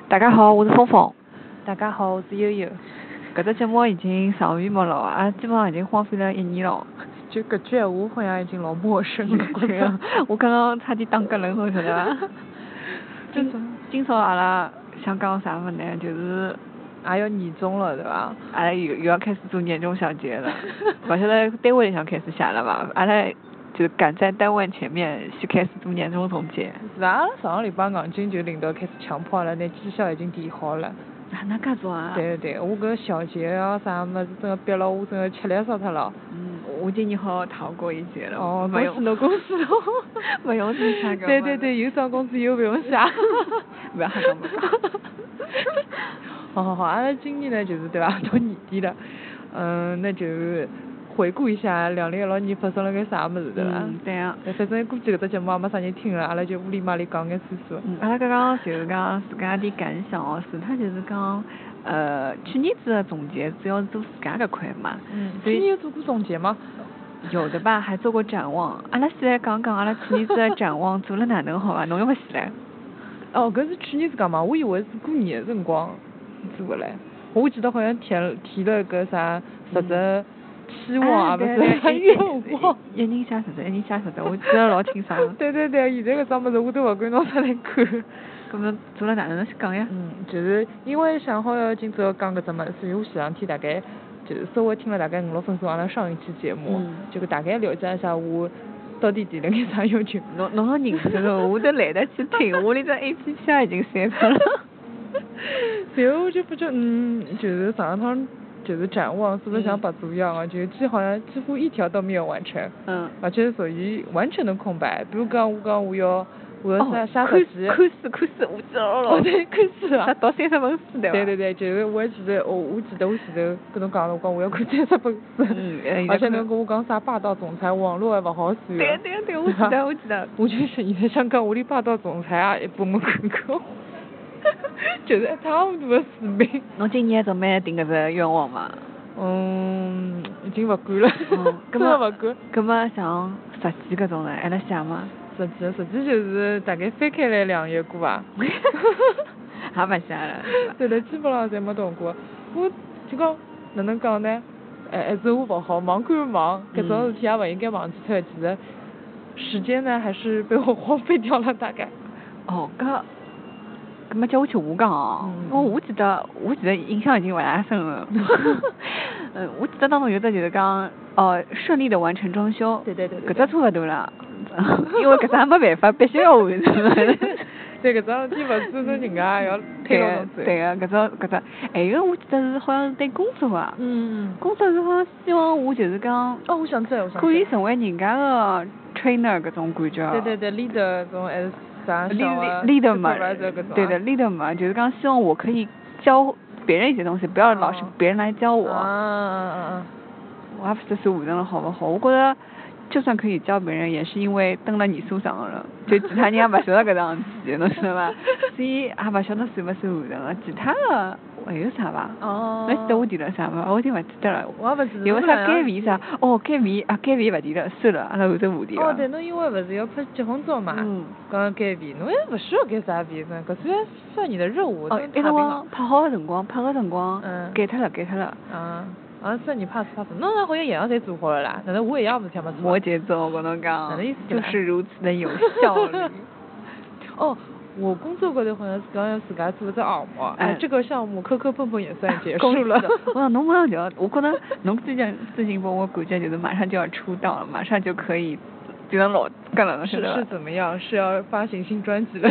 大家好，我是峰峰。 大家好，我是悠悠。 搿只节目已经上月末了啊，基本上已经荒废了1年了。 就搿句闲话好像已经老陌生了。 对啊，我刚刚差点打嗝了，侬晓得伐？今朝阿拉想讲啥物事呢？就是也要年终了，对伐？ 阿拉又要开始做年终小结了。勿晓得单位里向开始写了伐？阿拉就赶在单位前面先开始做年终总结。 是啊，上个礼拜硬劲就领导开始强迫阿拉拿绩效已经提好了。 啊，那介做啊？ 对对对，我搿小节啊啥物事真个逼了我真个吃力死脱了。 我今年好逃过一劫了。 哦，恭喜侬，恭喜侬！ 勿用去写搿。 对对对，有涨工资又勿用写。 勿要瞎讲勿讲。 好，阿拉今年呢就是对伐，到年底了，那就回顾一下2016年发生了眼啥物事，对伐？ 对啊。 反正估计搿只节目也没啥人听了，阿拉就屋里嘛里讲眼岁数。 阿拉刚刚就是讲自家点感想哦，除脱就是讲去年子的总结主要是做自家搿块嘛。 去年有做过总结吗？ 有的吧，还做过展望。阿拉先来讲讲阿拉去年子的展望做了哪能好伐？侬要勿先来？ 哦，搿是去年子讲嘛，我以为是过年的辰光做的嘞。我记得好像提了搿啥10只期望啊，勿是愿望。 一人写10只，一人写10只，我记得老清爽。 对，现在搿桩物事我都勿敢拿出来看。 搿么做了哪能？侬先讲呀。 就是因为想好要今朝要讲搿只物事，所以我前两天大概就是稍微听了大概5-6分钟阿拉上一期节目，就大概了解一下我到底提了眼啥要求。 侬个人这个我都懒得去听，我连只 APP 已经删脱了。 然后我就发觉就是上一趟就是展望是不是像白做一样啊，就好像几乎一条都没有完成。而且属于完全的空白。比如讲我要写10集。 看书，我知道了。 对，看书啊。 读30本书对伐？ 对，就是我记得我前头跟侬讲了，我要看30本书。而且侬跟我讲啥霸道总裁网络还勿好算。 对，我记得。 我就是现在想讲我连霸道总裁啊一部没看过。就是一塌糊涂的水平。 侬今年准备定搿只愿望嘛？ 已经勿敢了。真的勿敢。 搿么像实际搿种呢，还能写吗？ 实际就是大概翻开来2页过吧。 也勿写了。 对的，基本上侪没动过。我就讲哪能讲呢？还是我勿好，忙归忙，搿种事体也勿应该忘记脱。其实时间呢，还是被我荒废掉了大概。 哦，搿么叫我讲哦。我记得印象已经勿大深了。我记得当中有只就是讲顺利的完成装修。 对。 搿只差勿多了。因为搿只也没办法，必须要完成。 对，搿桩事体勿是说人家要推到侬走。 对个，搿只，还有我记得是好像是对工作啊。工作是好像希望我就是讲。 我想起来。 可以成为人家的 trainer 搿种感觉。 对，leader 搿种还是啥 ？leader 嘛。对的 ，leader 嘛，就是讲希望我可以教别人一些东西，不要老是别人来教我。我也不知道是完成了好不好，我觉得。就算可以教别人，也是因为登了你书上了，就其他人也勿晓得搿桩事体，侬晓得伐？所以也勿晓得算勿算完成了。其他的还有啥伐？侬记得我提了啥伐？我已经勿记得了。 我也勿记得。 有啥减肥啥？减肥勿提了，算了，阿拉换只话题了。 对，侬因为勿是要拍结婚照嘛？讲减肥，侬也勿需要减啥肥噻，搿算你的任务。 一辰光拍好个辰光，减脱了。 算你 pass， 侬好像一样侪做好了啦，哪能我一样事体没做？ 摩羯座，我跟侬讲， 哪能意思？ 就是如此的有效率。 我工作高头好像是刚要自家做只项目，这个项目磕磕碰碰也算结束了。 我想侬马上就要，我觉得侬最近给我感觉就是马上就要出道了，马上就可以变成老干了，是怎么样？是要发行新专辑了？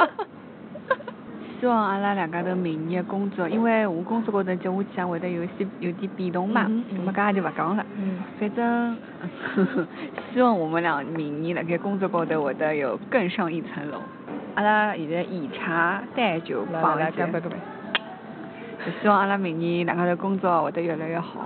希望阿拉两家头明年工作，因为我工作高头接下去也会得有点变动嘛，那么搿也就勿讲了。反正希望我们俩明年辣盖工作高头会得有更上一层楼。阿拉现在以茶代酒帮一杯。就希望阿拉明年两家头工作会得越来越好。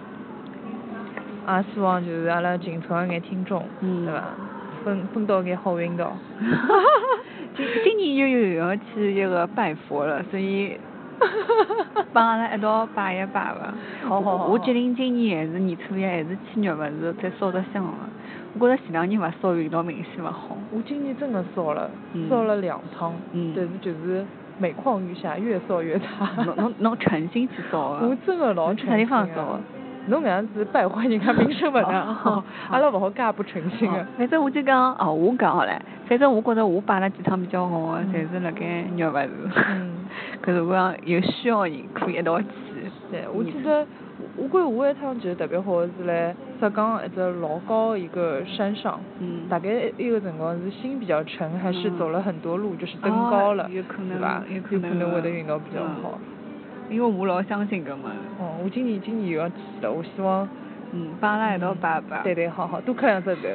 希望就是阿拉近村眼听众，对伐？分到眼好运道。 今年又要去一个拜佛了，所以帮阿拉一道拜一拜吧。 好。 我决定今年还是年初一，还是7月，勿是再烧只香了。我觉着前2年勿烧，运道明显勿好。 我今年真的烧了2趟，但是就是每况愈下，越扫越差。 侬诚心去扫啊？ 我真的老诚心。啥地方扫？ 侬搿样子败坏人家名声勿呢？阿拉勿好介不诚心个。 反正我就讲我讲好唻。反正我觉着我摆了几趟比较好个，侪是辣盖肉勿是。搿如果讲有需要人可以一道去。 对，我记得我觉着我一趟就是特别好是辣浙江一只老高一个山上。大概那个辰光是心比较沉，还是走了很多路，就是登高了， 有可能， 对吧？有可能会得运道比较好。 因为我老相信搿嘛。 我今年又要去了，我希望。 帮阿拉一道摆。 对，好，多看两只头。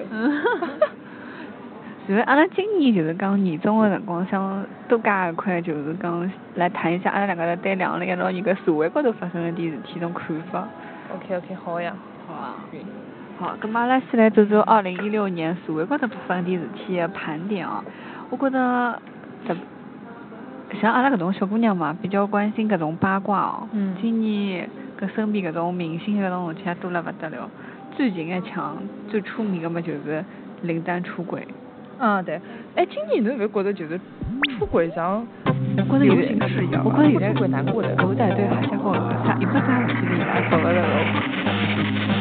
就是阿拉今年就是讲年终的辰光，想多加一块，就是讲来谈一下阿拉两个人对2016年搿社会高头发生的点事体种看法。 OK， 好呀。 好啊。好，咁阿拉先来做做2016年社会高头发生点事体的盘点啊。我觉得像阿拉搿种小姑娘嘛，比较关心搿种八卦哦。今年搿身边搿种明星搿种事体也多了勿得了。最近一枪最出名的嘛就是林丹出轨。 对。今年侬勿觉得就是出轨像流行事一样？我觉得现在出轨难过的。 狗仔队还是好啥，也不是啥事体了，走了的喽。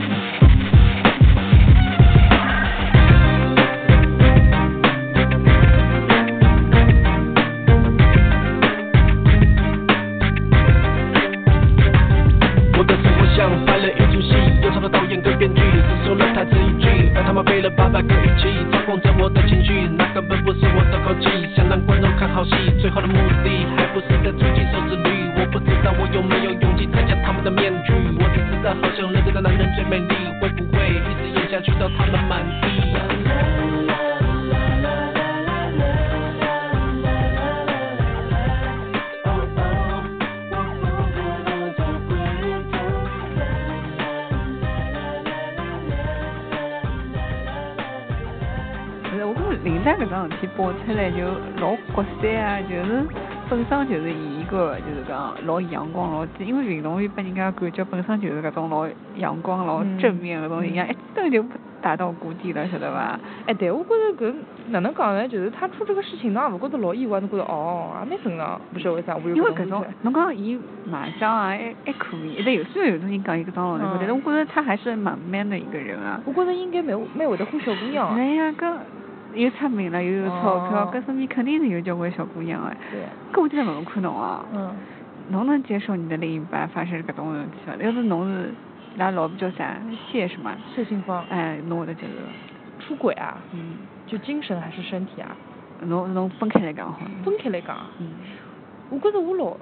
拍了一出戏，又找了导演跟编剧，只说了台词一句，而他们背了800个语气，操控着我的情绪，那根本不是我的口气，想让观众看好戏，最后的目的还不是在促进收视率，我不知道我有没有勇气拆下他们的面具，我只知道好像认真的男人最美丽，会不会一直演下去到他们满意？ 林丹搿桩事体爆出来就老国三啊，就是本身就是以一个就是讲老阳光老，因为运动员拨人家感觉本身就是搿种老阳光老正面搿种形象，一登就达到谷底了，晓得伐？ 对，我觉得搿哪能讲呢？就是他出这个事情，侬也勿觉得老意外，侬觉得也蛮正常，不晓得为啥。 因为搿种侬讲伊马相啊还可以，虽然有种人讲伊搿种老但是我觉得他还是蛮 man 的一个人啊。 我觉得应该蛮会得欢小姑娘。 哎呀，搿。又出名了，又有钞票，搿身边肯定是有交关小姑娘哎。 对。 搿我今天问看侬啊。侬能接受你的另一半发生搿种事体伐？要是侬是，伊拉老婆叫啥？谢什么？ 谢杏芳。 侬会得接受？ 出轨啊？就精神还是身体啊？ 侬分开来讲好。 分开来讲。我觉得我老，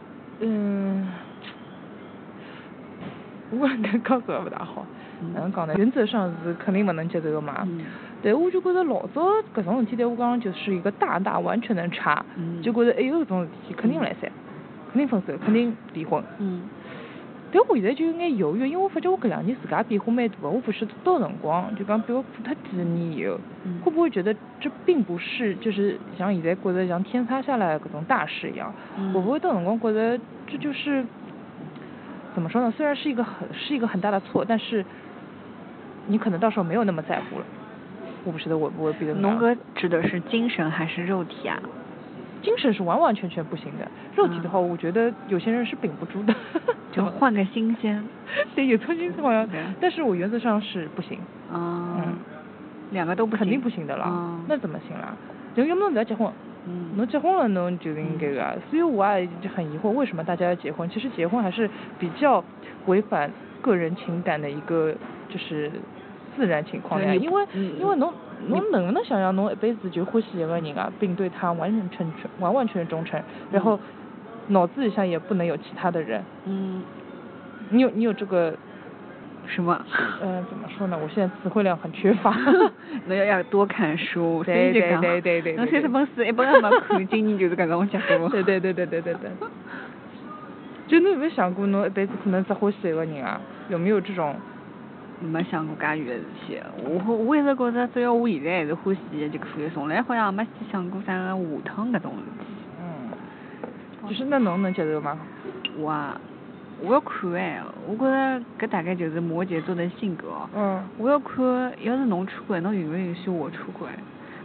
我搿讲实也勿大好。哪能讲呢？原则上是肯定勿能接受的嘛。对，我就觉得老早搿种事体对我讲就是一个大完全的差，就觉得还有搿种事体肯定勿来三，肯定分手，肯定离婚。但我现在就有眼犹豫，因为我发觉我搿2年自家变化蛮大的，我不是到辰光就讲比如过脱几年以后，会不会觉得这并不是就是像现在觉得像天塌下来搿种大事一样，会不会到辰光觉得这就是怎么说呢？虽然是一个很大的错，但是你可能到时候没有那么在乎了。我不晓得我不会变得。 侬搿指的是精神还是肉体啊？ 精神是完全不行的，肉体的话，我觉得有些人是顶不住的。 就换个新鲜。 对，有重新好像，但是我原则上是不行。 两个都不行。 肯定不行的啦。那怎么行啦？就要么侬不要结婚。侬结婚了，侬就是应该的。所以我也就很疑惑，为什么大家要结婚？其实结婚还是比较违反个人情感的一个就是自然情况呀。因为侬能不能想象侬一辈子就欢喜一个人啊，并对他完全忠诚，然后脑子里上也不能有其他的人。你有这个什么？ 怎么说呢？我现在词汇量很缺乏。 侬要多看书。 对。 侬30本书一本也没看，今年就是搿种结果。 对。就侬有没有想过，侬一辈子可能只欢喜一个人啊？有没有这种？ 没想过介远的事体。我一直觉着，只要我现在还是欢喜的就可以，从来好像没想过啥个下趟搿种事体。 就是那侬能接受吗？ 我要看我觉得搿大概就是摩羯座的性格。我要看，要是侬出轨，侬允不允许我出轨？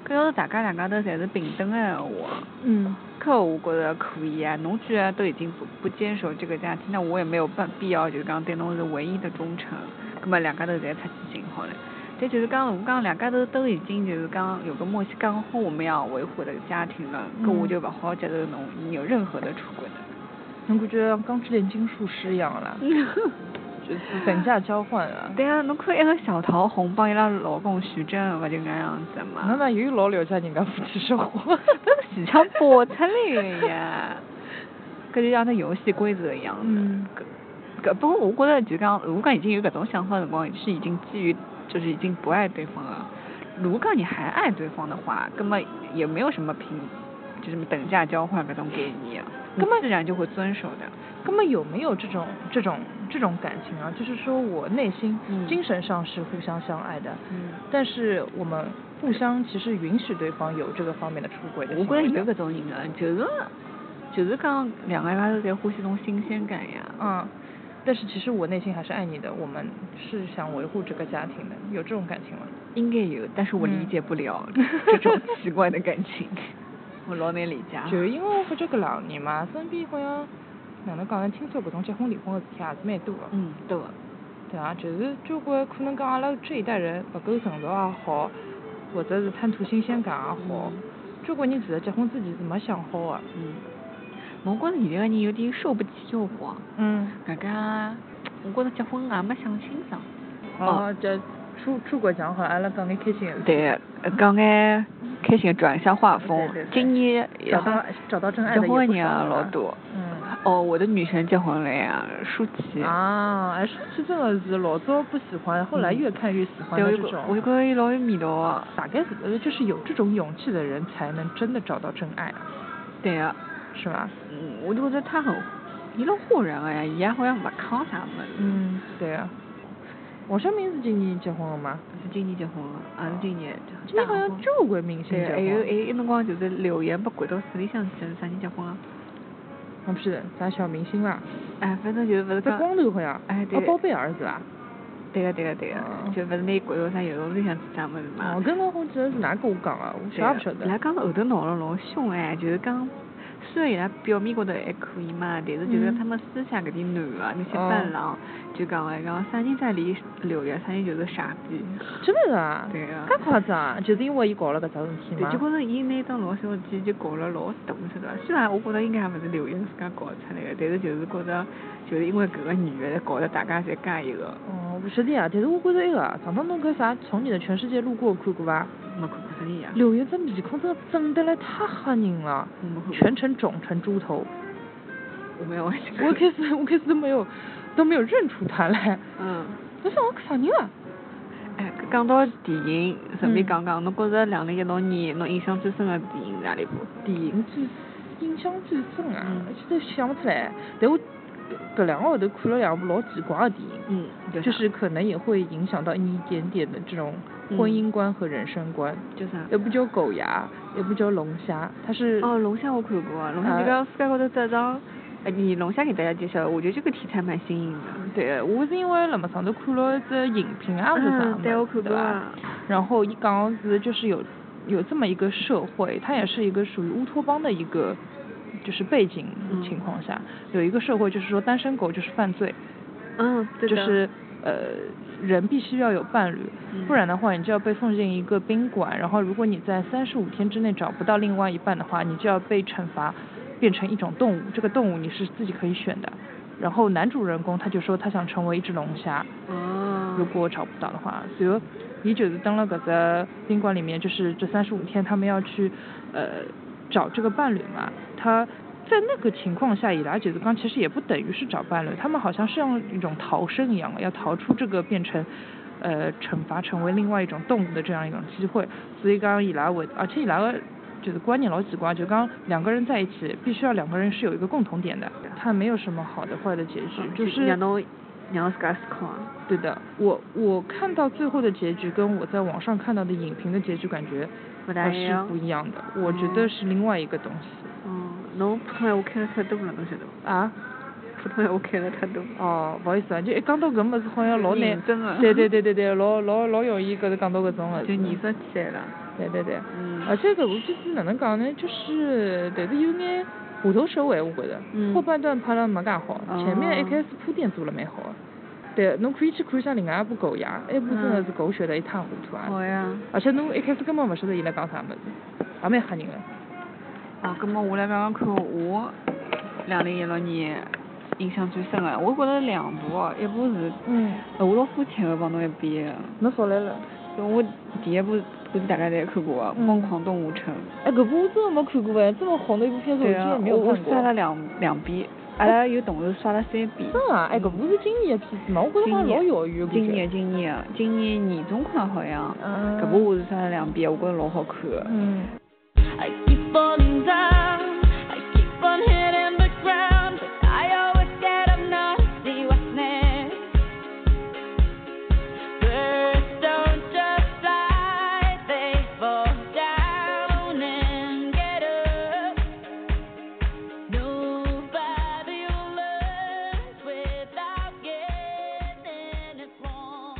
搿要是大家都侪是平等的闲话，搿我觉着可以啊。侬既然都已经不坚守这个家庭，那我也没有必要就是讲对侬是唯一的忠诚，葛末两家头侪出去寻好了。但就是讲如果讲两家头都已经就是讲有个默契，讲好我们要维护这个家庭了，搿我就勿好接受侬有任何的出轨的。 侬感觉像钢之炼金术师一样啦。就是等价交换啊。 对啊，侬看一个小桃红帮伊拉老公徐峥，勿就搿样子嘛？ 那又老了解人家夫妻生活。 搿是市场播出来的呀，搿就像那游戏规则一样的。不过我觉得就讲，如果讲已经有搿种想法的辰光，是已经基于就是已经不爱对方了。如果讲你还爱对方的话，根本也没有什么就是等价交换搿种概念，根本自然就会遵守的。 根本有没有这种感情啊？就是说我内心、精神上是互相相爱的，但是我们互相其实允许对方有这个方面的出轨的行为。 我觉得有搿种人啊，就是讲两个人都在呼吸种新鲜感呀。 但是其实我内心还是爱你的，我们是想维护这个家庭的，有这种感情吗？ 应该有，但是我理解不了这种奇怪的感情，我老难理解。 就因为我发觉搿2年嘛，身边好像哪能讲呢？听说搿种结婚离婚的事体也是蛮多的。 多的。 对啊，就是交关可能讲阿拉这一代人不够成熟也好，或者是贪图新鲜感也好，交关人其实结婚之前是没想好的。 我觉着现在个人有点受不起诱惑。搿个，我觉着结婚也没想清爽。 这出国讲好，阿拉讲点开心的事。 对，讲眼开心的，转一下画风。今年找到真爱的结婚的人也老多。我的女神结婚了呀，舒淇。 舒淇真的是老早不喜欢，后来越看越喜欢的这种。 我就觉得伊老有味道啊。 大概是就是有这种勇气的人才能真的找到真爱。 对呀。 是吧？ 我就觉得他伊老豁然呀，伊也好像不抗啥么子。 对呀。王小明是今年结婚了吗？ 是今年结婚了，也是今年。 今年好像交关明星结婚。 还有一辰光就是柳岩被拐到水里向去，是啥人结婚啊？ 我不是啥小明星啦。 反正就是不是在光头好像。 对。 宝贝儿子啊。 对个，就不是那拐到啥游泳里向去啥么子嘛。 跟侬好记得是哪个我讲啊？我晓不晓得？ 伊拉讲后头闹了老凶就是讲。虽然伊拉表面高头还可以嘛，但是就是他们私下搿点男的那些伴郎，就讲啥人在理柳岩，啥人就是傻逼。 真的啊？ 对啊。 介夸张，就是因为伊搞了搿桩事体嘛。 对，就觉着伊那桩老小事体就搞了老大，晓得伐？虽然我觉着应该也勿是柳岩自家搞出来的，但是就是觉着就是因为搿个女的搞得大家侪介一个。 不晓得啊，但是我觉着上趟侬搿啥从你的全世界路过看过伐？ 没看过啥人呀？ 柳岩这面孔真的整得来太吓人了，全程肿成猪头。 我没有完全。 我开始都没有认出他来。我想我啥人啊？ 讲到电影，顺便讲讲，侬觉着2016年侬印象最深的电影是哪里部？ 电影印象最深啊，现在想不出来。但我搿2个号头看了2部老奇怪的电影，就是可能也会影响到你一点点的这种婚姻观和人生观。 叫啥？ 一部叫狗牙，一部叫龙虾，它是。 龙虾我看过，龙虾就讲世界高头这张。你龙虾给大家介绍，我觉得这个题材蛮新颖的。 对，我是因为辣么上头看了一只影评啊，是啥？ 对，我看过。 然后伊讲是就是有这么一个社会，它也是一个属于乌托邦的一个就是背景情况下，有一个社会就是说单身狗就是犯罪。 对的。 就是人必须要有伴侣，不然的话你就要被送进一个宾馆，然后如果你在35天之内找不到另外一半的话，你就要被惩罚变成一种动物，这个动物你是自己可以选的。然后男主人公他就说他想成为一只龙虾，如果找不到的话，所以伊就是登了搿只宾馆里面，就是这35天他们要去找这个伴侣嘛。他在那个情况下，伊拉就是讲其实也不等于是找伴侣，他们好像是像一种逃生一样，要逃出这个变成惩罚成为另外一种动物的这样一种机会。所以讲伊拉而且伊拉个就是观念老奇怪，就刚2个人在一起，必须要2个人是有一个共同点的，它没有什么好的坏的结局，就是让自家思考。 对的，我看到最后的结局跟我在网上看到的影评的结局感觉是不一样的，我觉得是另外一个东西。 侬普通闲话开了太多了，侬晓得伐？ 啊？ 普通闲话开了太多。 不好意思啊，就一讲到搿么子好像老难。 真的。 对，老容易搿是讲到搿种了。 就艺术起来了。 对，而且搿部片子哪能讲呢？就是但是有眼虎头蛇尾，我觉得。后半段拍了没介好，前面一开始铺垫做了蛮好的。对，侬可以去看一下另外一部狗牙，那部真的是狗血的一塌糊涂啊！ 好呀。 而且侬一开始根本勿晓得伊辣讲啥物事，也蛮吓人的。 葛末我来讲讲看我2016年印象最深的，我觉得2部哦，一部是我老肤浅的帮侬一比。 侬少来了。 我第一部估计大家侪看过的《疯狂动物城》。 搿部我真的没看过哎，这么红的一部片子我居然没有看过。 我刷了两遍，阿拉有同事刷了3遍。 真的啊？搿部是今年的片子嘛？我觉得好像老遥远。 今年年中看好像。搿部我是刷了2遍，我觉得老好看。 I keep falling down, I keep on hitting the ground, but I always get up now to see what's next. Birds don't just fly, they fall down and get up. Nobody learns without getting it wrong.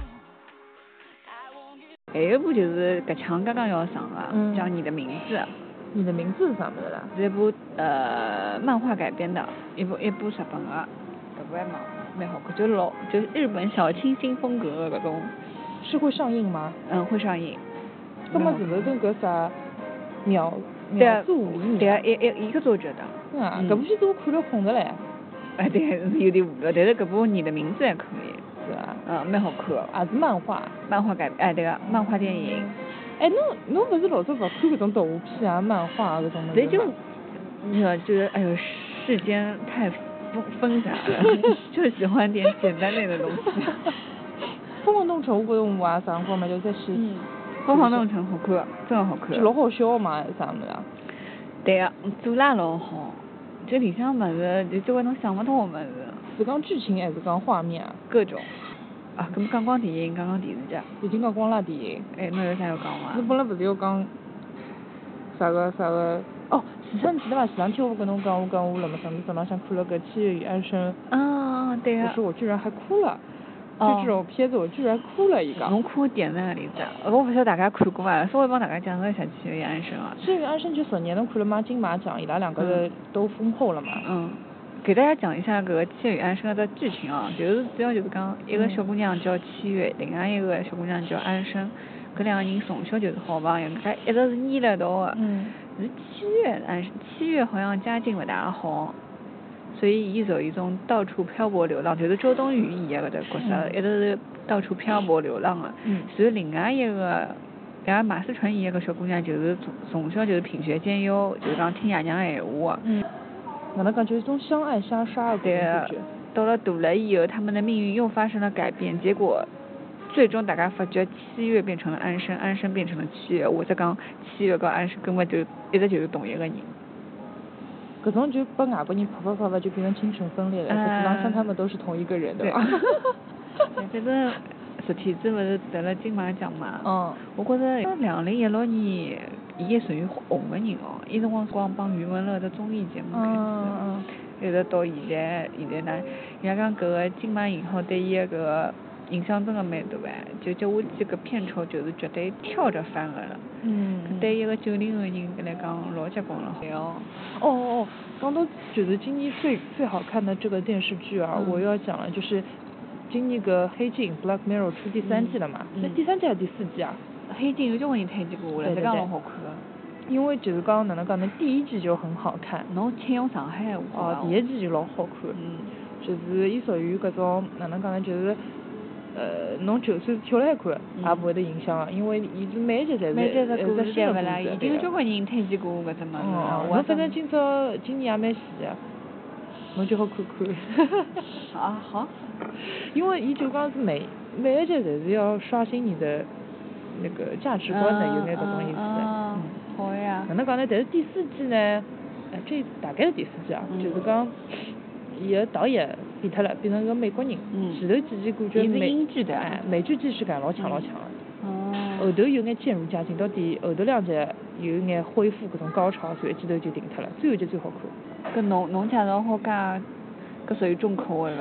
还有一部就是搿腔刚刚要上的，叫《你的名字》。 你的名字是啥么子啦？ 是一部漫画改编的，一部日本的，搿部还蛮好看，就是日本小清新风格的搿种。 是会上映吗？ 会上映。 搿么是勿是跟搿啥秒速5厘米？ 对啊，一个作者的。 搿部片子我看了红的嘞。 对，有点无聊，但是搿部你的名字还可以。 是啊。 蛮好看。 也是漫画改对个，漫画电影。 侬勿是老早勿看搿种动画片啊、漫画搿种的？ 对，你说就是世间太纷杂了，就喜欢点简单类的东西。 疯狂动物城我觉得我也上过嘛，就在是。 疯狂动物城好看，真的好看。 就老好笑嘛，啥么子啊？ 对个，做啦老好，就里向物事就交关侬想勿通的物事。 是讲剧情还是讲画面啊？ 各种。咁讲光电影，讲电视剧。 已经讲光啦电影。 侬有啥要讲伐？ 侬本来勿是要讲啥个？哦，前两天对伐？前两天我跟侬讲，我辣么上次浪向看了个《七月与安生》。 对啊。 我说我居然还哭了。就这种片子我居然哭了一个。 侬哭点在哪里子？我不晓得大家看过伐？稍微帮大家介绍一下《七月与安生》啊。 《七月与安生》就昨年侬看了金马奖，伊拉两个人都封后了嘛。 给大家讲一下搿《七月与安生》的剧情啊，就是主要就是讲一个小姑娘叫七月，另外一个小姑娘叫安生，搿两个人从小就是好朋友，一直是腻了一道的。是七月好像家境勿大好，所以伊属于一种到处漂泊流浪，就是周冬雨演的搿个角色，一直是到处漂泊流浪的。所以另外一个马思纯演的搿小姑娘就是从小就是品学兼优，就是讲听爷娘闲话。 哪能讲就是一种相爱相杀的感觉。 到了大了以后，他们的命运又发生了改变，结果最终大家发觉七月变成了安生，安生变成了七月，或者讲七月跟安生根本就一直就是同一个人。 搿种就把外国人拍就变成精神分裂了，实际上像他们都是同一个人，对吧？ 反正昨天子不是得了金马奖嘛？我觉着2016年伊属于红的人哦，伊辰光帮余文乐的综艺节目开始，一直到现在呢，人家讲搿个金马影后对伊搿个影响真的蛮大的，就我记搿片酬就是绝对跳着翻了。对一个90后人来讲老结棍了。 刚刚就是今年最好看的这个电视剧啊，我要讲了，就是今年个黑镜 Black Mirror 出第3季了嘛？那第3季还是第4季啊？ 黑镜有交关人推荐过我了，这个老好看。 因为就是刚刚哪能讲呢？第1季就很好看。 侬请用上海话。 第1季就老好看。就是伊属于搿种哪能讲呢？就是侬就算跳来看，也不会得影响，因为伊是每一集侪是故事对勿啦？ 已经有交关人推荐过搿只物事。 我反正今年也蛮喜的，侬就好看看。 好。 因为伊就讲是每一集侪是要刷新你的那个价值观的，有眼搿种意思。 好呀。 哪能讲呢？但是第4季呢，这大概是第4季啊，就是讲伊个导演变脱了，变成个美国人。前头几集感觉美剧既视感老强的。后头有眼渐入佳境，到底后头2集有眼恢复搿种高潮，所以前头就停脱了。最后一集最好看。 搿侬介绍好搿属于重口味伐？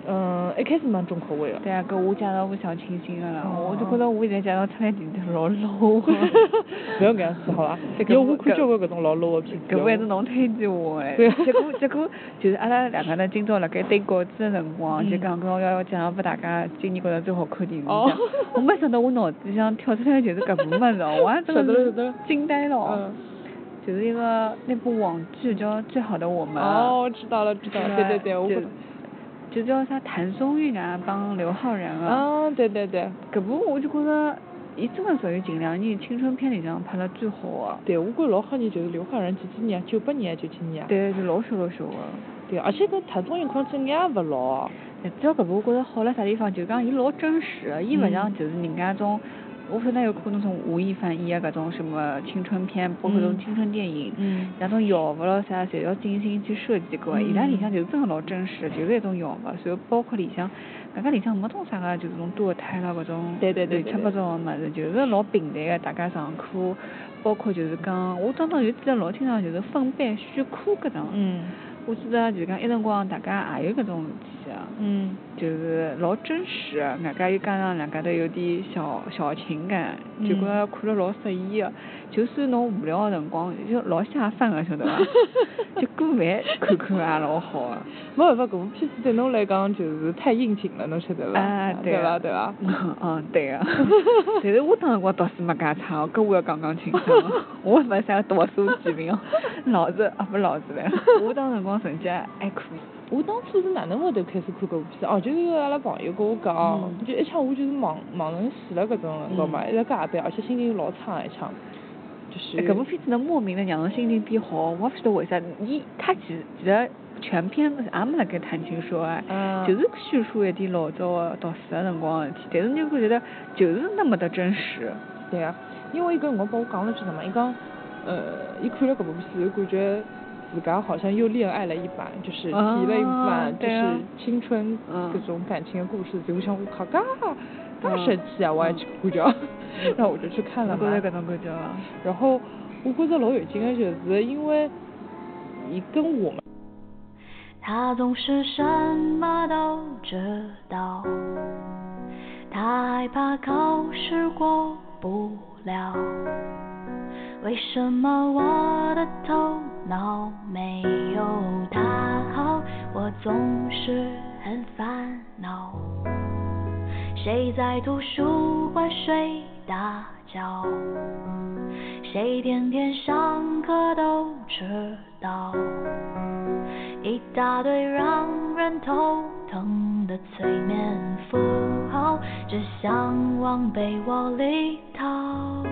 一开始蛮重口味的。 对啊，搿我介绍部小清新的了，我就觉得我现在介绍出来电视老 low 的。 不要搿样子好伐？因为我看交关搿种老 low 的片子。 搿部还是侬推荐我哎。结果就是阿拉两个人今朝辣盖对稿子的辰光，就讲我要介绍拨大家今年觉得最好看电视剧。我没想到我脑子里向跳出来的就是搿部么子，我还真的是惊呆了。就是一个那部网剧叫《最好的我们》。 哦，知道了，对，我就叫啥谭松韵啊，帮刘昊然啊。 啊，对。 搿部我就觉得，伊真的属于近2年青春片里向拍了最好的。 对，我觉老好人就是刘昊然几年，98年97年。 对，就老小的。 对，而且搿谭松韵看起来也勿老。 主要搿部我觉得好辣啥地方，就讲伊老真实，伊勿像就是人家种。我晓得有看那种吴亦凡演的搿种什么青春片，包括搿种青春电影，那种药物咯啥，侪要精心去设计过。伊拉里向就是真的老真实，就是一种药物，然后包括里向，搿里向没种啥个，就是种堕胎啦搿种乱七八糟的物事，就是老平淡的。大家上课，包括就是讲，我当时就记得老清爽，就是分班选课搿种。我记得就是讲一辰光大家也有搿种事体啊，就是老真实，外加又加上两家头有点小情感，就觉着看了老适意的。就算侬无聊的辰光，就老下饭的，晓得伐？就过饭看也老好的。 没办法，搿部片子对侬来讲就是太应景了，侬晓得伐？对伐？对个。但是我当辰光读书没介差，搿我要讲清楚。 我没啥读书水平，老子不唻，我当辰光成绩还可以。 我当初是哪能会头开始看搿部片？就是阿拉朋友跟我讲，就一腔我就是盲人死了搿种辰光嘛，一直加班，而且心情老差一腔。就是搿部片子能莫名的让人心情变好，我不晓得为啥。他其实全篇也没辣盖谈情说爱，就是叙述一点老早的读书的辰光的事体，但是你会觉得就是那么的真实。 对啊，因为伊搿辰光帮我讲了句什么，伊讲，伊看了搿部片子，感觉自家好像又恋爱了一版，就是体了一版，就是青春各种感情的故事。就我想我靠，咁神奇啊！我还去感觉，然后我就去看了嘛。 我觉得搿种感觉啊。 然后我觉得老有劲的，就是因为伊跟我们。 他总是什么都知道，他害怕考试过不了。为什么我的头脑没有他好？我总是很烦恼。谁在图书馆睡大觉？谁天天上课都迟到？一大堆让人头疼的催眠符号，只想往被窝里逃。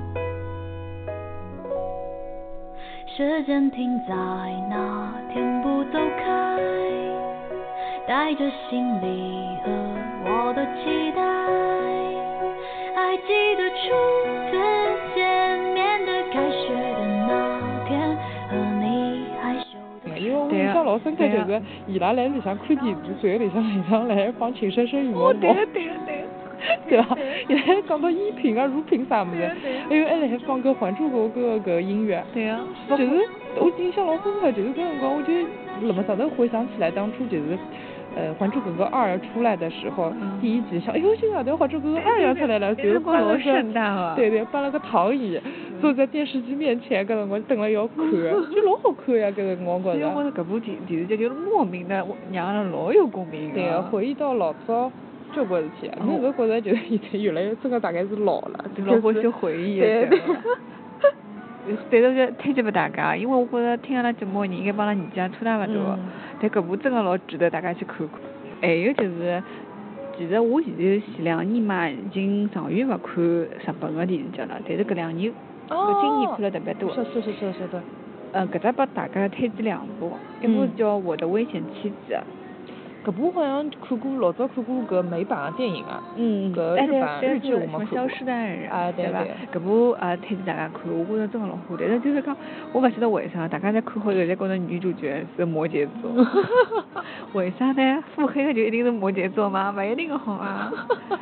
时间停在那天不走开，带着行李和我的期待。还记得初次见面的开学的那天，和你害羞的因为我印象老深刻，就是伊拉来里向看电视，最后里向来放《情深深雨蒙蒙》。对吧？伊拉讲到依萍啊、如萍啥么子，还有还来放个《还珠格格》搿音乐。 对呀。 就是我印象老深刻，就是搿辰光，我就那么早都回想起来，当初就是《还珠格格2》出来的时候，第一集想，哎呦，今夜的《还珠格格2》要出来了，就办了个圣诞啊。 对，办了个躺椅，坐在电视机面前，搿辰光等了要看，就老好看呀，搿辰光觉着。 我觉得搿部电视剧就是莫名的让人老有共鸣。 对，回忆到老早。交关事体，侬搿觉着就是现在越来越真的大概是老了， 老欢喜回忆的。对，但是推荐给大家，因为我觉着听阿拉节目的人应该帮阿拉年纪也差大勿多，但搿部真的老值得大家去看看。还有就是，其实我前2年嘛已经长远勿看日本的电视剧了，但是搿2年今年看了特别多。 是的。 搿搭帮大家推荐2部，一部叫《我的危险妻子》。 搿部好像看过，老早看过搿美版的电影啊。搿日剧我没看过。 消失的爱人啊， 对吧？搿部推荐大家看，我觉着真的老好。但是就是讲，我勿晓得为啥，大家在看好以后，侪觉着女主角是摩羯座。为啥呢？腹黑的就一定是摩羯座吗？勿一定好啊。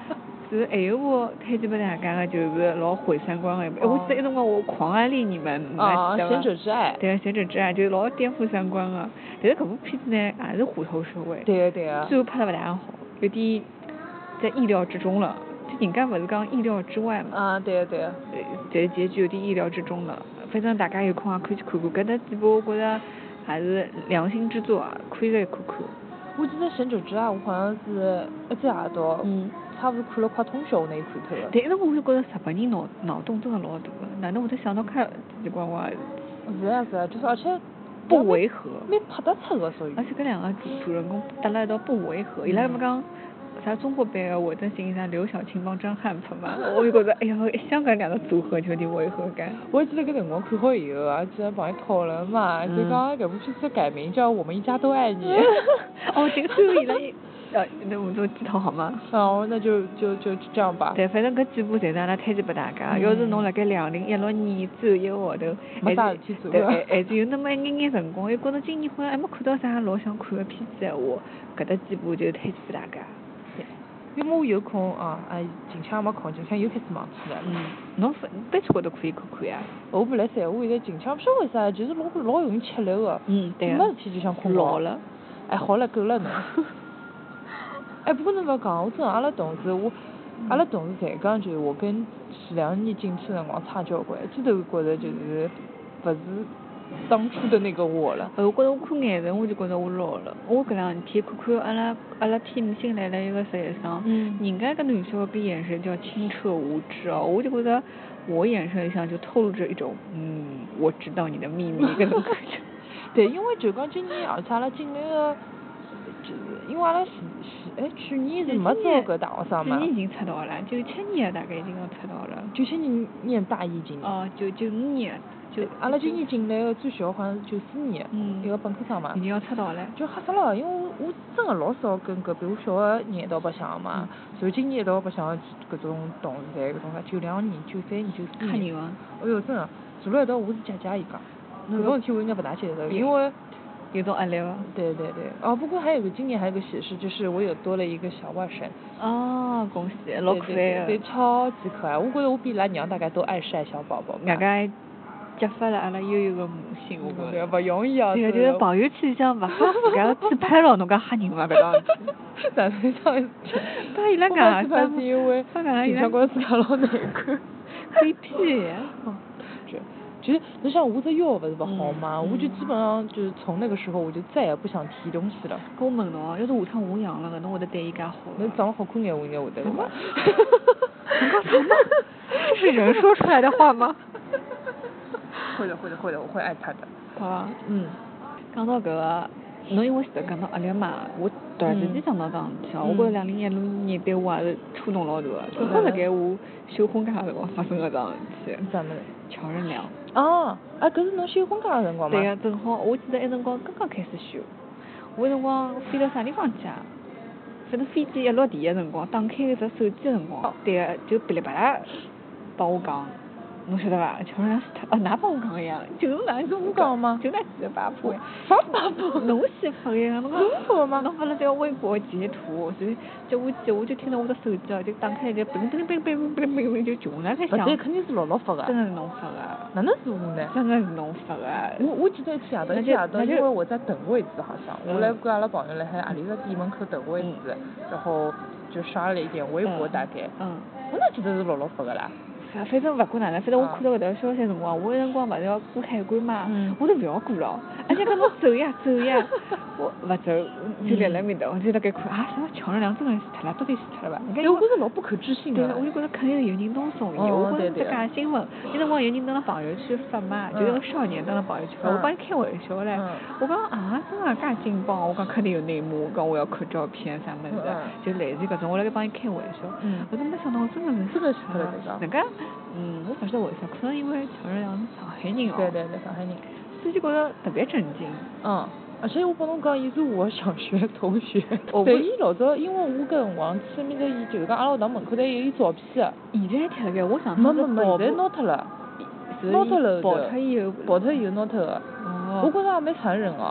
是还有部推荐给大家的，就是老毁三观的一部。我记得那辰光我狂安利你们，你还记得吗？ 贤者之爱。 对，贤者之爱就是老颠覆三观的。但是这部片子呢，也是虎头蛇尾。 对啊。 最后拍得不大好，有点在意料之中了。就人家不是讲意料之外嘛。 对啊。 这结局有点意料之中了。反正大家有空也可以去看看，搿搭几部我觉得还是良心之作啊，可以再看看。 我记得贤者之爱，我好像是一只夜到，差不多看了快通宵那一看头了。 对，那我就觉得日本人脑洞真的老大的，哪能会得想到看奇奇怪怪的？ 是啊，就是而且不违和。 没拍得出的，所以。 而且搿两个主人公搭了一道不违和，伊拉么讲啥中国版的我的形象刘晓庆帮张翰拍嘛，我就觉得哎呀，香港两个组合就有点违和感。 我记得搿辰光看好以后啊，居然帮伊讨论嘛，就讲搿部片子改名叫《我们一家都爱你》。 这个最后伊拉那我们做记头好吗？ 那就这样吧。 对，反正搿几部侪是阿拉推荐拨大家。要是侬辣盖2016年最后一个号头， 没啥事体做， 对，还是有那么一眼辰光，又觉得今年好像还没看到啥老想看的片子闲话，搿搭几部就推荐拨大家。 因为我有空近腔没空，近腔又开始忙起来了。 侬班车高头可以看看呀。 我本来三我现在近腔不晓得为啥，就是老容易吃力的。 对。 没事体就想困觉。 老了。 好了，够了侬。不过侬勿要讲，我真的阿拉同事侪讲，就是我跟前2年进去的辰光差交关，一记头觉得就是不是当初的那个我了。 我觉得我看眼神我就觉得我老了。我搿2天看阿拉 team 新来了一个实习生，人家搿男小孩搿眼神叫清澈无知哦，我就觉得我眼神里向就透露着一种我知道你的秘密搿种感觉。 对，因为就讲今年，而且阿拉进来个，因为阿拉去年是没招搿大学生嘛。 去年已经出道了，97年大概已经要出道了。 97年念大一今年。 95年。 阿拉今年进来的最小好像是94年，一个本科生嘛。 已经要出道了。 就吓死了，因为我真的老少跟搿比我小的人一道白相嘛，所以今年一道白相搿种同事侪搿种啥92年、93年、94年。 吓人啊！ 哎哟，真的，坐辣一道我是姐伊讲，搿种事体我应该不大接受，因为有种压力了。 对。不过还有今年还有个喜事，就是我有多了一个小外甥。 恭喜，老可爱。 对，超级可爱。我觉得我比伊拉娘大概都爱晒小宝宝。 大概激发了阿拉悠悠个母性，我觉得。 不容易啊。 对，就是朋友圈里向勿好自家自拍了，侬讲吓人嘛，搿样子。 哪能这样子？ 伊拉讲自拍是因为经常觉得自家老难看。 可以屁。 其实你像我这腰不是不好嘛，我就基本上就是从那个时候我就再也不想提东西了。 我问侬，要是下趟我养了个，侬会得对伊介好？ 侬长得好看眼，我应该会得的吧？ 你讲什么？这是人说出来的话吗？ 会的，我会爱他的。 好啊。讲到搿个，侬因为前头讲到压力嘛，我突然之间想到桩事体我觉着2016年对我也是触动老大的，正好辣盖我休婚假的辰光发生个桩事体。 啥物事？ 乔任梁。 搿是侬休婚假的辰光吗？ 对个，正好我记得那辰光刚刚开始休，我那辰光飞到啥地方去啊？反正飞机一落地的辰光，打开一只手机的辰光，对个，就噼里啪啦帮我讲。侬晓得伐？乔任梁死脱，㑚帮我讲一样，就是㑚跟我讲吗？就㑚几个八婆呀？ 啥八婆？ 侬先发呀？侬发吗？ 侬发了条微博截图，所以我就听到我的手机就打开就嘣嘣嘣嘣嘣嘣就穷了，开响。 这肯定是姥姥发的。 真的是侬发的。 哪能是我呢？ 真的是侬发的。 我记得一天夜到，因为我在等位置好像，我来跟阿拉朋友来海阿里个店门口等位置，然后就刷了一点微博大概。我哪记得是姥姥发的啦？ 反正勿管哪能，反正我看到搿条消息辰光，我那辰光勿是要过海关嘛，我都勿要过了，而且讲侬走呀，我勿走，就立辣面头，我就辣盖看啥乔任梁真的死脱了，到底死脱了伐？ 我觉着老不可置信的。 对，我就觉着肯定是有人弄怂伊，我觉着这假新闻。那辰光有人登了朋友圈发嘛，就那个少年登了朋友圈发，我帮伊开玩笑唻，我讲真的介劲爆，我讲肯定有内幕，我讲我要看照片啥物事，就类似搿种，我辣盖帮伊开玩笑。我都没想到真的是死脱了这个。 我不晓得为啥，可能因为乔任梁是上海人哦。 对，上海人。 所以就觉得特别震惊。 而且我帮侬讲，伊是我小学同学。对，伊老早因为我搿辰光去面头，伊就是讲阿拉学堂门口头有伊照片。 现在还贴辣盖，我上次没，现在拿脱了。拿脱了。跑脱以后拿脱的。我觉着也蛮残忍哦。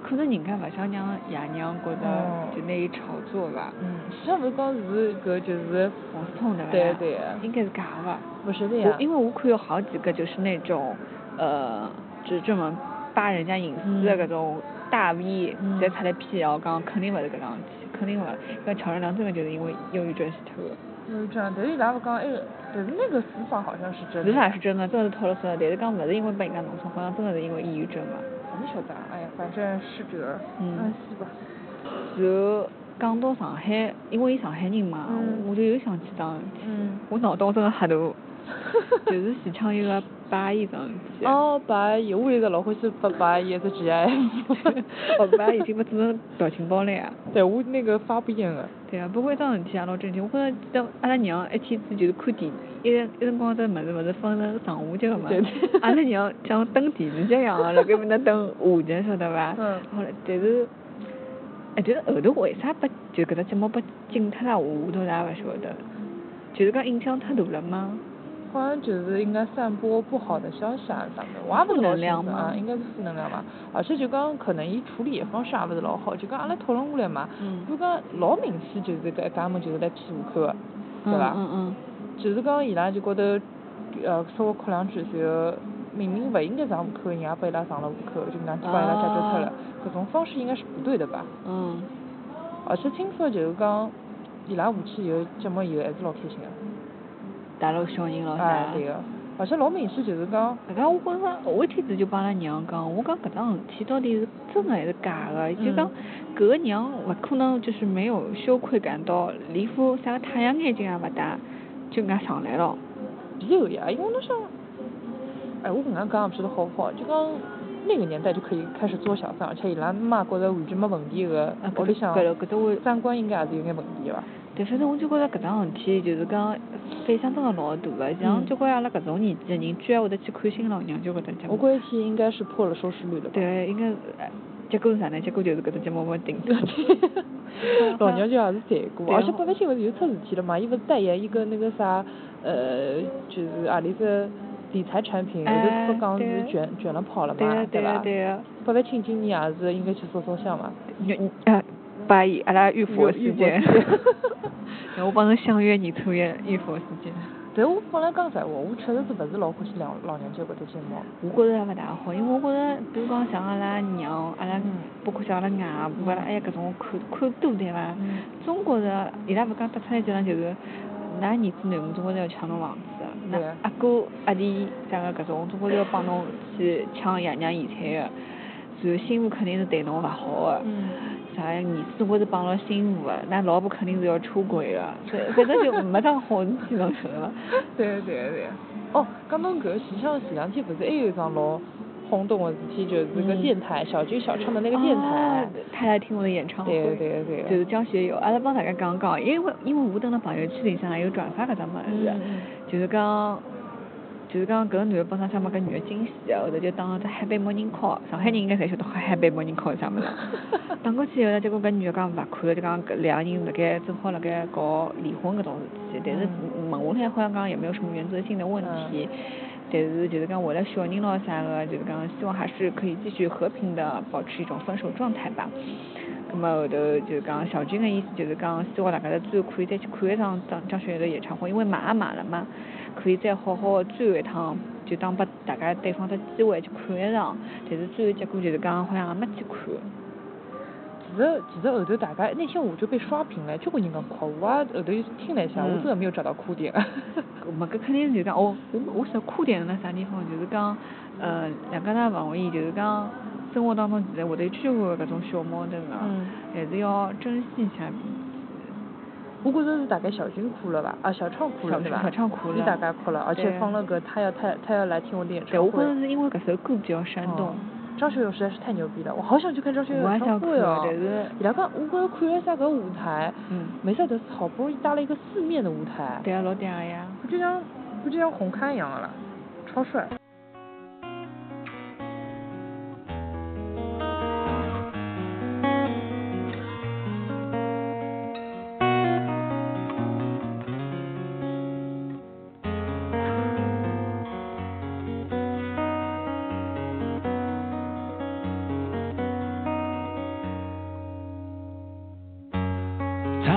可能人家勿想让爷娘觉得就拿伊炒作吧。 实际上勿是讲是搿就是王思聪对伐？ 对对。 应该是假的。 不是的呀。 因为我看有好几个就是那种就专门扒人家隐私的搿种大 V 在出来辟谣，讲肯定勿是搿样子，肯定勿。因为乔任梁真的就是因为忧郁症死脱的。 忧郁症，但是伊拉勿讲但是那个死法好像是真的。 死法是真的，真的是偷了死了，但是讲勿是因为被人家弄死，好像真的是因为抑郁症嘛。 你晓得，哎呀，反正是这个。是吧。 然后讲到上海，因为伊上海人嘛，我就又想起桩事体。我脑洞真的很大。就是前腔有个821桩事体。 821，我一直老欢喜821一只 GIF。 821已经不只能表情包了呀。 对，我那个发不严的。 对啊，不过一桩事体也老正经。我觉着阿拉娘一天子就是看电影，一辰光这物事勿是分成上下集个嘛。阿拉娘像等电视剧一样的，辣盖面搭等下集，晓得伐？好了，但是后头为啥把就搿只节目被禁脱了？我倒是也勿晓得。就是讲影响太大了吗？ 好像就是应该散播不好的消息啊啥的，我也不老清楚啊，应该是负能量嘛。而且就讲可能伊处理的方式也不是老好，就讲阿拉讨论下来嘛，就讲老明显就是搿家门就是来骗下口的，对伐？就是讲伊拉就觉得稍微哭两句，然后明明勿应该上户口的人也被伊拉上了户口，就硬去把伊拉解决脱了，搿种方式应该是不对的吧？而且听说就是讲伊拉下去以后节目以后还是老开心的。 带了小人咯啥？ 对个，而且老明显就是讲， 我觉着我一天子就帮阿拉娘讲，我讲搿桩事体到底是真的还是假的？就讲搿个娘勿可能就是没有羞愧感到连副啥个太阳眼镜也勿戴，就搿能上来了。 有呀，因为侬想，我搿能讲也勿晓得好不好，就讲那个年代就可以开始做小三，而且伊拉妈觉着完全没问题个，屋里向三观应该也是有眼问题伐？ 对，反正我就觉着搿桩事体就是讲反响真的老大个，像交关阿拉搿种年纪的人，居然会得去看新老娘舅搿只节目。 我估计应该是破了收视率了吧？ 对，应该是。结果是啥呢？结果就是搿只节目没定。 老娘舅也是赚过，而且八万新闻又出事体了嘛，伊勿是代言一个那个啥就是何里个理财产品，后头出讲是卷了跑了嘛，对伐？八万青今年也是应该去烧烧香嘛。 阿拉遇佛事件。我帮侬相约你出演遇佛事件。 对，我本来讲实话，我确实是勿是老欢喜老娘舅搿只节目。 我觉着也勿大好，因为我觉着，比如讲像阿拉娘，阿拉包括像阿拉外婆，阿拉哎呀搿种看多对伐？中国的伊拉勿讲得出来结论就是，㑚儿子囡恩总归是要抢侬房子的，那阿哥阿弟啥个搿种总归是要帮侬去抢爷娘遗产的，然后媳妇肯定是对侬勿好的。啥儿子总归是帮了媳妇的，那老婆肯定是要出轨的，反正就没桩好事体侬晓得伐？ 对。讲到搿，前两天不是还有一桩老轰动的事体，就是那个电台小军小唱的那个电台， 他来听我的演唱会。对。就是江学友，阿拉帮大家讲讲，因为我等了朋友圈里向有转发搿桩物事，就是讲搿个男的帮上想把搿女的惊喜的，后头就打了只海贝模拟考，上海人应该侪晓得海贝模拟考是啥物事。打过去以后，结果搿女的讲勿看了，就讲搿两个人正好辣盖搞离婚搿种事体，但是问下来好像讲也没有什么原则性的问题，但是就是讲为了小人咯啥个，就是讲希望还是可以继续和平的保持一种分手状态吧。那么后头就是讲小军的意思就是讲希望大家在最后可以再去看一场张学友的演唱会，因为买了嘛，可以再好好最后一趟，就当拨大家对方的机会去看一场，但是最后结果就是讲好像也没去看。 其实后头大家那天我就被刷屏了，交关人讲哭，我后头听了一下，我真的没有找到哭点。 搿肯定是讲我晓得哭点在啥地方，就是讲两个人勿容易，就是讲生活当中其实会得交关搿种小矛盾啊，还是要珍惜一下彼此。 我觉着是大概小军哭了吧，小唱哭了对吧？ 小唱哭了。 你大概哭了，而且放了个他要来听我的演唱会。 对，我觉着是因为搿首歌比较煽动。 张学友实在是太牛逼了，我好想去看张学友演唱会哦。 但是伊拉讲，我觉着看了一下搿舞台，没晓得是好不容易搭了一个4面的舞台。 对啊，老嗲个呀。 就像红磡一样的了，超帅。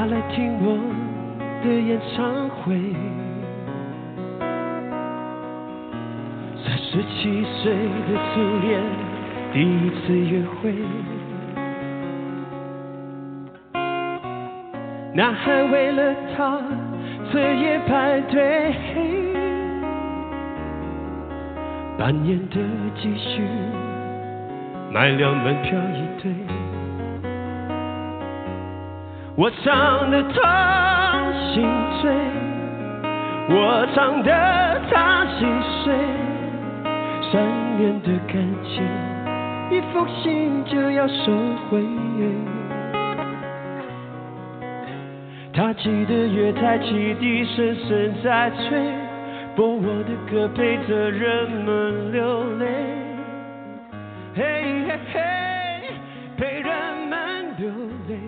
他来听我的演唱会。17岁的初恋，第一次约会，男孩为了她彻夜排队，半年的积蓄买了门票一对。我唱得他心醉，我唱得他心碎。3年的感情，一封信就要收回。他记得月台汽笛声声在催，播我的歌陪着人们流泪。嘿嘿嘿，陪人们流泪。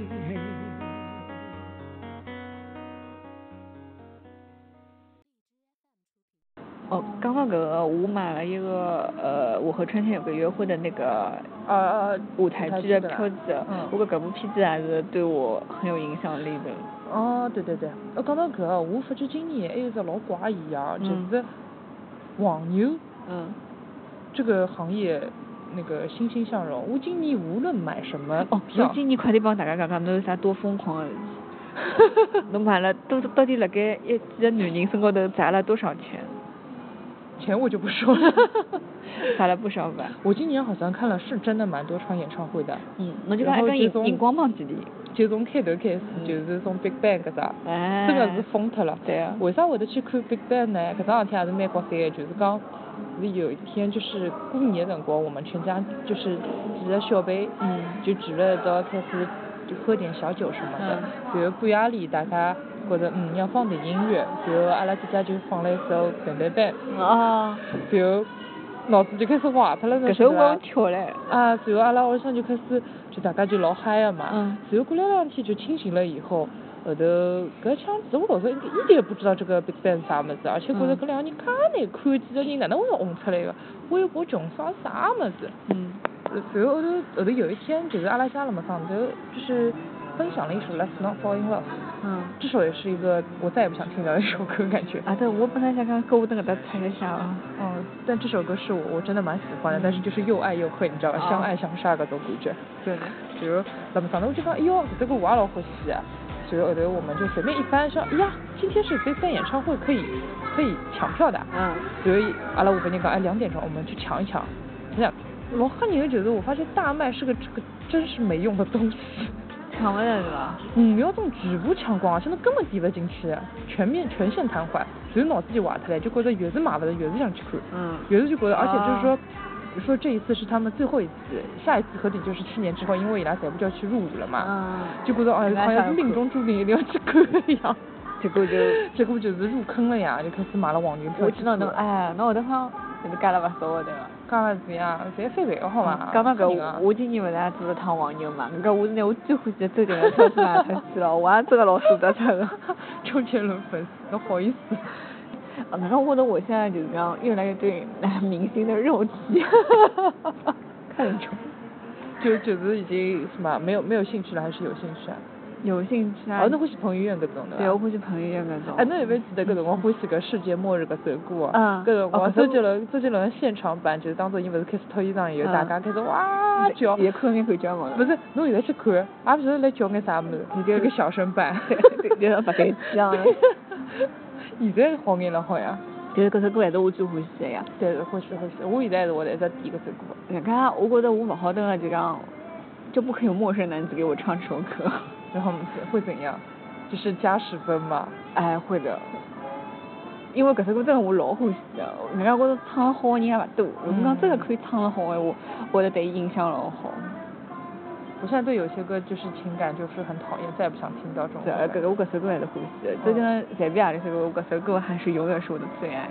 哦，刚刚个我买了一个我和春天有个约会的那个舞台剧的票子，我觉得这部片子还是对我很有影响力的。 哦，对对对，讲到搿，我发觉今年还有只老怪异啊，就是黄牛，这个行业那个欣欣向荣。我今年无论买什么票， 我今年快点帮大家讲讲，侬有啥多疯狂的事体？侬买了到底辣盖几个男人身高头砸了多少钱？ 钱我就不说了， 砸了不少吧。 我今年好像看了是真的蛮多场演唱会的。 那就讲跟荧光棒距离。 就从开头开始，就是从 Big Bang 搿只，真的是疯脱了。 对啊。 为啥会得去看 Big Bang 呢？搿桩事体也是蛮国三的，就是讲，是有一天就是过年的辰光，我们全家就是几个小辈，就聚了一道，开始就喝点小酒什么的。然后半夜里大家觉得要放点音乐，然后阿拉姐姐就放了一首笨蛋班。然后脑子就开始坏脱了， 搿首我跳嘞。 然后阿拉屋里向就开始就大家就老嗨的嘛。然后过了2天就清醒了以后，后头搿腔子我老早一点不知道这个 Big Bang 啥么子，而且觉得搿2个人介难看，几个人哪能会红出来的？微博穷啥啥么子？然后后头有一天就是阿拉家了嘛上头就是分享了一首 Let's Not Fall in Love。这首也是一个我再也不想听到的一首歌，感觉。 对，我本来想看歌舞灯给它猜一下啊。 但这首歌是我真的蛮喜欢的，但是就是又爱又恨，你知道吧？相爱相杀搿种感觉。 对的。 然后那么上头我就讲，哎呦，这个我也老欢喜啊。然后后头我们就随便一翻，说，哎呀，今天是 Big Bang 演唱会，可以抢票的。所以阿拉5个人讲，2点钟我们去抢一抢。你想，老吓人，就是我发现大麦是个这个真是没用的东西。 抢不来是吧 ？5秒钟全部抢光，而且侬根本抵不进去，全线瘫痪，所以脑子就坏脱了，就觉得越是买不着，越是想去看，越是就觉得，而且就是说这一次是他们最后一次，下一次合体就是7年之后，因为伊拉全部就要去入伍了嘛，就觉得好像是命中注定一定要去看一样，结果就是入坑了呀，就开始买了黄牛票。 我知道侬那后头好像就是加了不少的。 加了是呀，侪翻倍个好嘛。 讲到搿，我今年勿是也做了趟黄牛嘛？搿我是拿我最欢喜的周杰伦票子买出去了，我也真的老舍得他的。 周杰伦粉丝，那好意思。 然后我觉得我现在就是讲越来越对明星的肉体看重， 就是已经什么没有兴趣了，还是有兴趣啊？ 有兴趣啊！ 侬欢喜彭于晏搿种的？ 对，我欢喜彭于晏搿种。 侬有没有记得搿辰光欢喜搿世界末日搿首歌？搿辰光周杰伦现场版就是当作伊勿是开始脱衣裳以后，大家开始哇叫。 也看眼看叫嘛。 不是，侬现在去看，也勿晓得来叫眼啥物事，一个小声版， 就像白开机样的。 现在好眼了好像。 但是搿首歌还是我最欢喜的呀。 对，欢喜。我现在是我一直点搿首歌。 你看，我觉得我勿好等了，就讲就不可以有陌生男子给我唱这首歌。 然后会怎样？就是加10分嘛？ 会的。因为搿首歌真的我老欢喜的，人家觉得唱得好的人也勿多。如果讲真的可以唱得好的话，我觉得对伊印象老好。 我现在对有些歌就是情感就是很讨厌，再也不想听到这种。 对，我搿首歌还是欢喜的。周杰伦随便哪首歌，我搿首歌还是永远是我的最爱。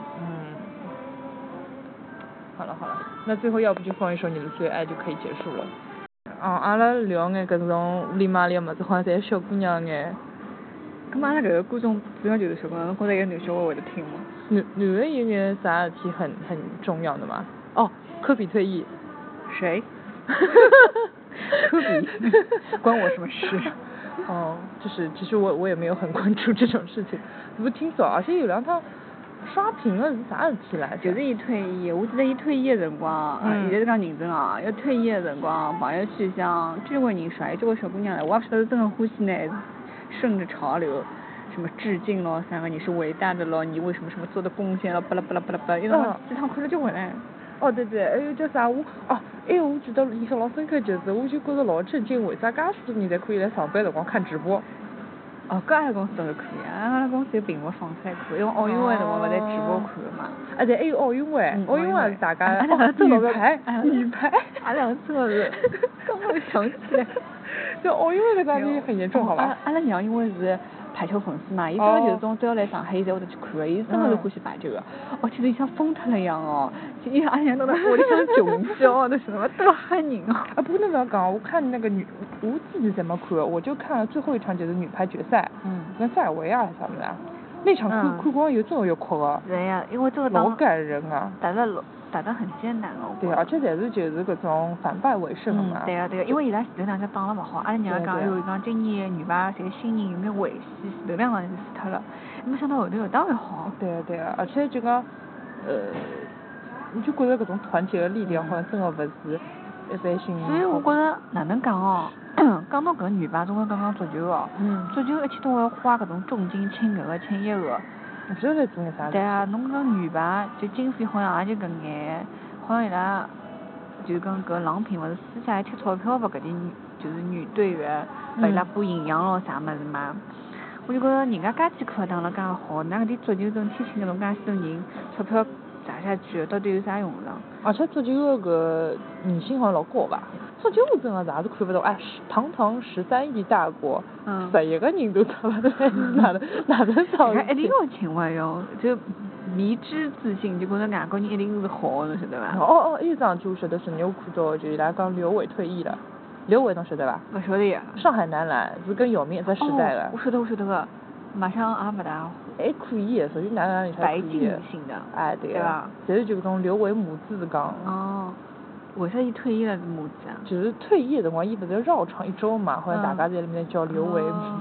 好了，那最后要不就放一首你的最爱就可以结束了。阿拉聊眼搿种乌里麻里么子，好像侪小姑娘眼。 咁阿拉搿个观众主要就是小姑娘，侬觉得一个男小孩会得听吗？ 男的有眼啥事体很重要的吗？科比退役。 谁？科比，关我什么事？ 哦，就是其实我也没有很关注这种事情，不听说，而且有两趟刷屏了是啥事体来着？ 就是伊退役，我记得伊退役的辰光，现在是讲认真啊，要退役的辰光，朋友圈像交关人刷，交关小姑娘来，我也不晓得是真的欢喜呢，顺着潮流，什么致敬咯，三个你是伟大的咯，你为什么什么做的贡献咯，巴拉巴拉巴拉巴拉，有辰光这趟看了就回来。 哦对对，还有叫啥我我记得印象老深刻就是，我就觉得老震惊，为啥介许多人才可以来上班辰光看直播？ 哦，搿阿拉公司倒是可以啊，阿拉公司有屏幕放出来看，因为奥运会辰光勿在直播看的嘛。 对，还有奥运会，奥运会是大家女排， 俺两个真的是，刚刚想起来， 就奥运会搿桩事体很严重，好吧？ 阿拉娘因为是排球粉丝嘛，伊真的就是种只要来上海，伊侪会得去看的，伊真的是欢喜排球的。其实像疯脱了一样哦，伊阿娘都在屋里向穷笑，那是什么多吓人哦。 不过那不要讲，我看那个我自己怎么看，我就看了最后一场就是女排决赛，跟塞尔维亚还是啥么的，那场看光有真的有哭的。 对呀，因为这个老感人啊。 打得很艰难哦。 对，而且侪是就是搿种反败为胜的嘛。 对个，因为伊拉前头两场打了勿好，阿拉娘讲讲今年女排这个新人有眼危险，前头两场就死脱了，没想到后头又打会好。 对个，而且就讲你就觉得搿种团结的力量好像真的勿是一般性。 所以我觉得哪能讲哦，讲到搿女排，总归讲足球哦，足球一天到晚花搿种重金请搿个请一个。 不晓得做眼啥。 对啊，侬讲女排就经费好像也就搿眼，好像伊拉就跟搿郎平勿是私下还贴钞票拨搿点就是女队员，拨伊拉补营养咯啥物事嘛。我就觉得人家介几块打了介好，那搿点足球整天请搿种介许多人，钞票砸下去，到底有啥用场？ 而且足球个年薪好像老高吧？足球我真的是也是看不懂，堂堂13亿大国，11个人都出不来，哪能找？ 一定要请外哟，就迷之自信，就觉得外国人一定是好，侬晓得伐？ 还有桩就晓得是我看到，就伊拉讲刘伟退役了，刘伟侬晓得伐？ 勿晓得呀。上海男篮是跟姚明一只时代的。 我晓得个，马上也勿大。 还可以，属于男篮里头可以。 白净型的。 对吧？ 但是就种刘伟母子讲。 为啥伊退役了是母子啊？ 就是退役的辰光，伊不是要绕场1周嘛，好像大家在里面叫刘伟。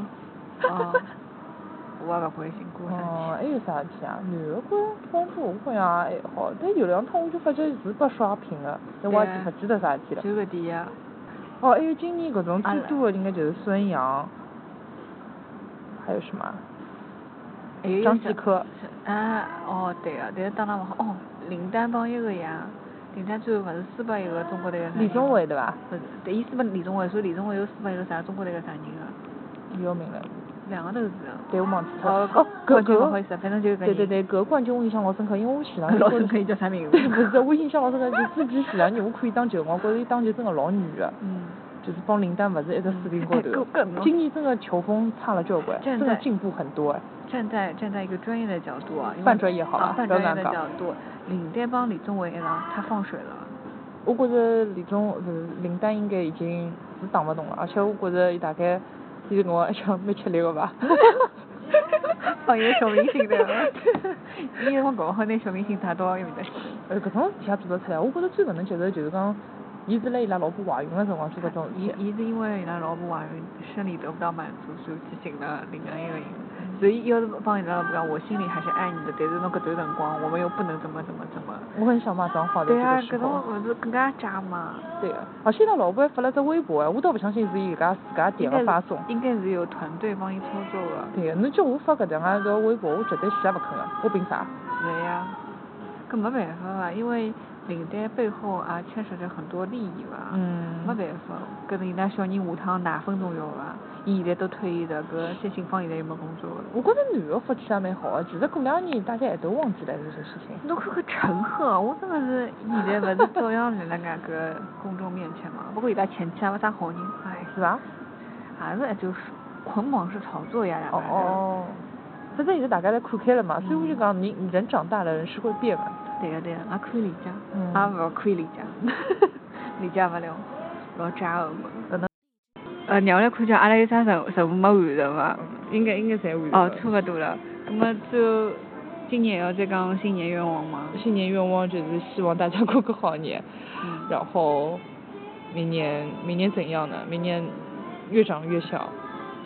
我也勿关心过。 还有啥事体啊？男的关注我好像还好，但有两趟我就发觉是被刷屏的，但我也不记得啥事体了。 就搿点呀。 还有今年搿种最多的应该就是孙杨，还有什么？张继科。 对个，但是打得勿好。林丹帮一个呀。林丹最后勿是输拨一个中国队个。 李宗伟对伐？ 对，伊输拨李宗伟，所以李宗伟又输拨一个啥中国队个啥人个？姚明了。 两个都是。 对，我忘记脱。 冠军不好意思，反正就是搿。 对，搿冠军我印象老深刻，因为我前两年。 老深刻，伊叫啥名字？ 不是，我印象老深刻，就自己前两年我看伊打球，我觉着伊打球真的老软个。就是帮林丹勿是一直水平高头。今年真的球风差了交关，真的进步很多。 站在一个专业的角度啊， 半专业好了， 半专业的角度，林丹帮李宗伟一样，他放水了。 我觉着林丹应该已经是打勿动了，而且我觉着伊大概伊跟我像蛮吃力个吧。 放一个小明星对伐？伊辰光搞好拿小明星打到埃面搭。 搿种事体也做得出来，我觉着最勿能接受就是讲，伊是辣伊拉老婆怀孕个辰光做搿种事体。 伊是因为伊拉老婆怀孕，生理得不到满足，所以去寻了另外一个人。所以要是帮伊拉老婆讲，我心里还是爱你的，但是侬搿段辰光，我们又不能怎么。 我很想骂脏话的这个时候。 对啊，搿种勿是更加渣嘛。 对个，而且伊拉老婆还发了只微博，我倒勿相信是伊自家点个发送。 应该是有团队帮伊操作个。 对个，侬叫我发搿两个微博，我绝对死也勿肯个，我凭啥？ 是呀，搿没办法伐，因为林丹背后也牵涉着很多利益伐。没办法，搿伊拉小人下趟哪分重要伐？伊现在都退役了，搿谢杏芳现在又没工作了。 我觉着男个福气也蛮好个，其实过2年大家也都忘记了这些事情。 侬看看陈赫，我真的是现在勿是照样来辣搿公众面前嘛？不过伊拉前妻也勿啥好人， 是伐？ 也是就是捆绑式炒作呀，两个人。 反正现在大家侪看开了嘛，所以我就讲人长大了，人是会变的。 对个，也可以理解，也勿可以理解，理解勿了，老渣个嘛。让我来看叫阿拉有啥任务没完成嘛？ 应该侪完成。 差勿多了。那么最后今年要再讲新年愿望吗？ 新年愿望就是希望大家过个好年，然后明年怎样呢？明年越长越小，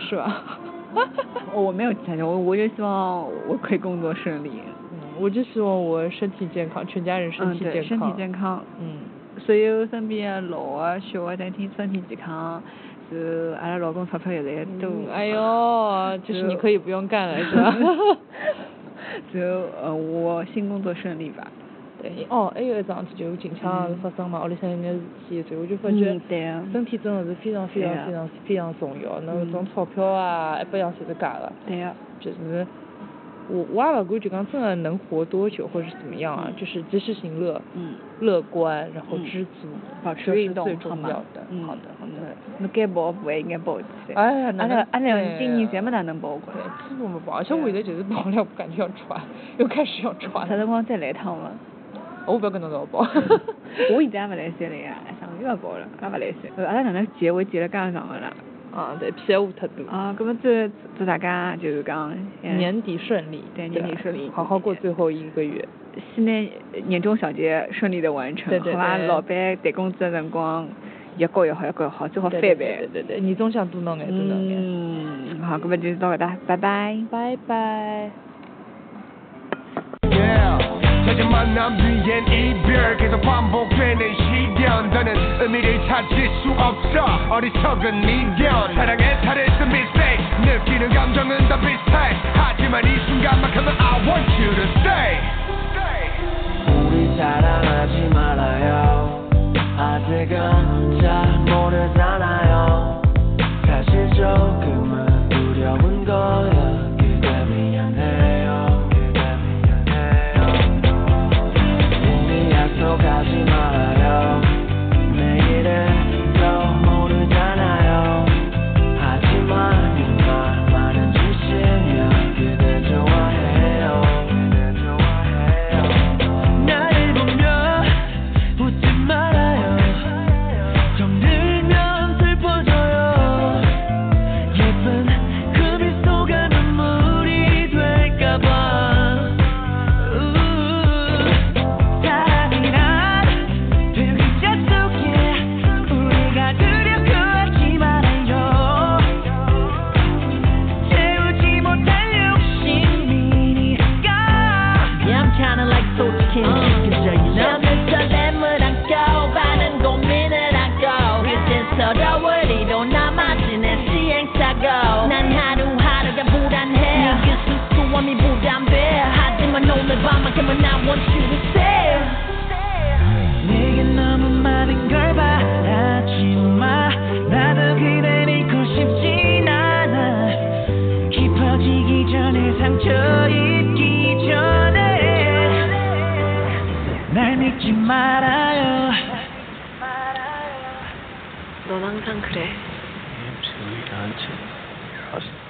是吧？ 我没有其他想，我就希望我可以工作顺利。 我就希望我身体健康，全家人身体健康。 身体健康。所有身边老啊小啊，整体身体健康。是阿拉老公钞票越来越多。 哎呦，就是你可以不用干了，是吧？ 就我新工作顺利吧。 对，还有一桩事体就近腔发生嘛，屋里向有眼事体，所以我就发觉身体真的是非常非常非常非常重要。那种钞票啊，一百样侪是假的。 对呀。 就是我也不管就讲真的能活多久或者是怎么样啊，就是及时行乐，乐观，然后知足， 保持运动， 最重要的。好的。 那该保护还应该保起来。 哎呀， 阿拉今年侪没哪能保过。 基本没保，而且我现在就是保了，感觉要喘，又开始要喘。 啥辰光再来一趟嘛？ 我不要跟侬一道保。 我现在也不来三了呀，上个月也保了，也不来三。阿拉哪能结尾结了介长个啦？ 对，屁话太多。 那么祝大家就是讲年底顺利， 对，年底顺利， 好好过最后1个月。 新年年终小结顺利的完成，好吧？老板谈工资的辰光越高越好，最好翻倍。 对，年终奖多拿眼， 好，那么就到搿搭，拜拜。 拜拜。 자주 만남 뒤엔 이별 계속 반복되는 시련 더는 의미를 찾을 수 없어 어리석은 미련 사랑의 탈에서 mistake 느끼는 감정은 다 비슷해 하지만 이 순간만큼은 I want you to stay 우리 사랑하지 말아요 아직은 잘 모르잖아요 사실 조금은 두려운 거야 그대 미안해요 가지 말아요 내일은 또 모르잖아요 하지만 이 말만은 주시면 그대 좋아해요 나를 보면 웃지 말아요 좀 늘면 슬퍼져요 예쁜 그 미소가 눈물이 될까봐 남의 설렘을 안고 많은 고민을 하고 이젠 서러워리도 남아진 내 시행착오 난 하루하루가 불안해 네게 수수함이 부담돼 하지만 오늘 밤만큼은 I want you to stay 내게 너무 많은 걸 바라지 마 나도 그댈 잊고 싶진 않아 깊어지기 전에 상처 입기 전에 날 믿지 말아요 넌 항상 그래 지금 나한테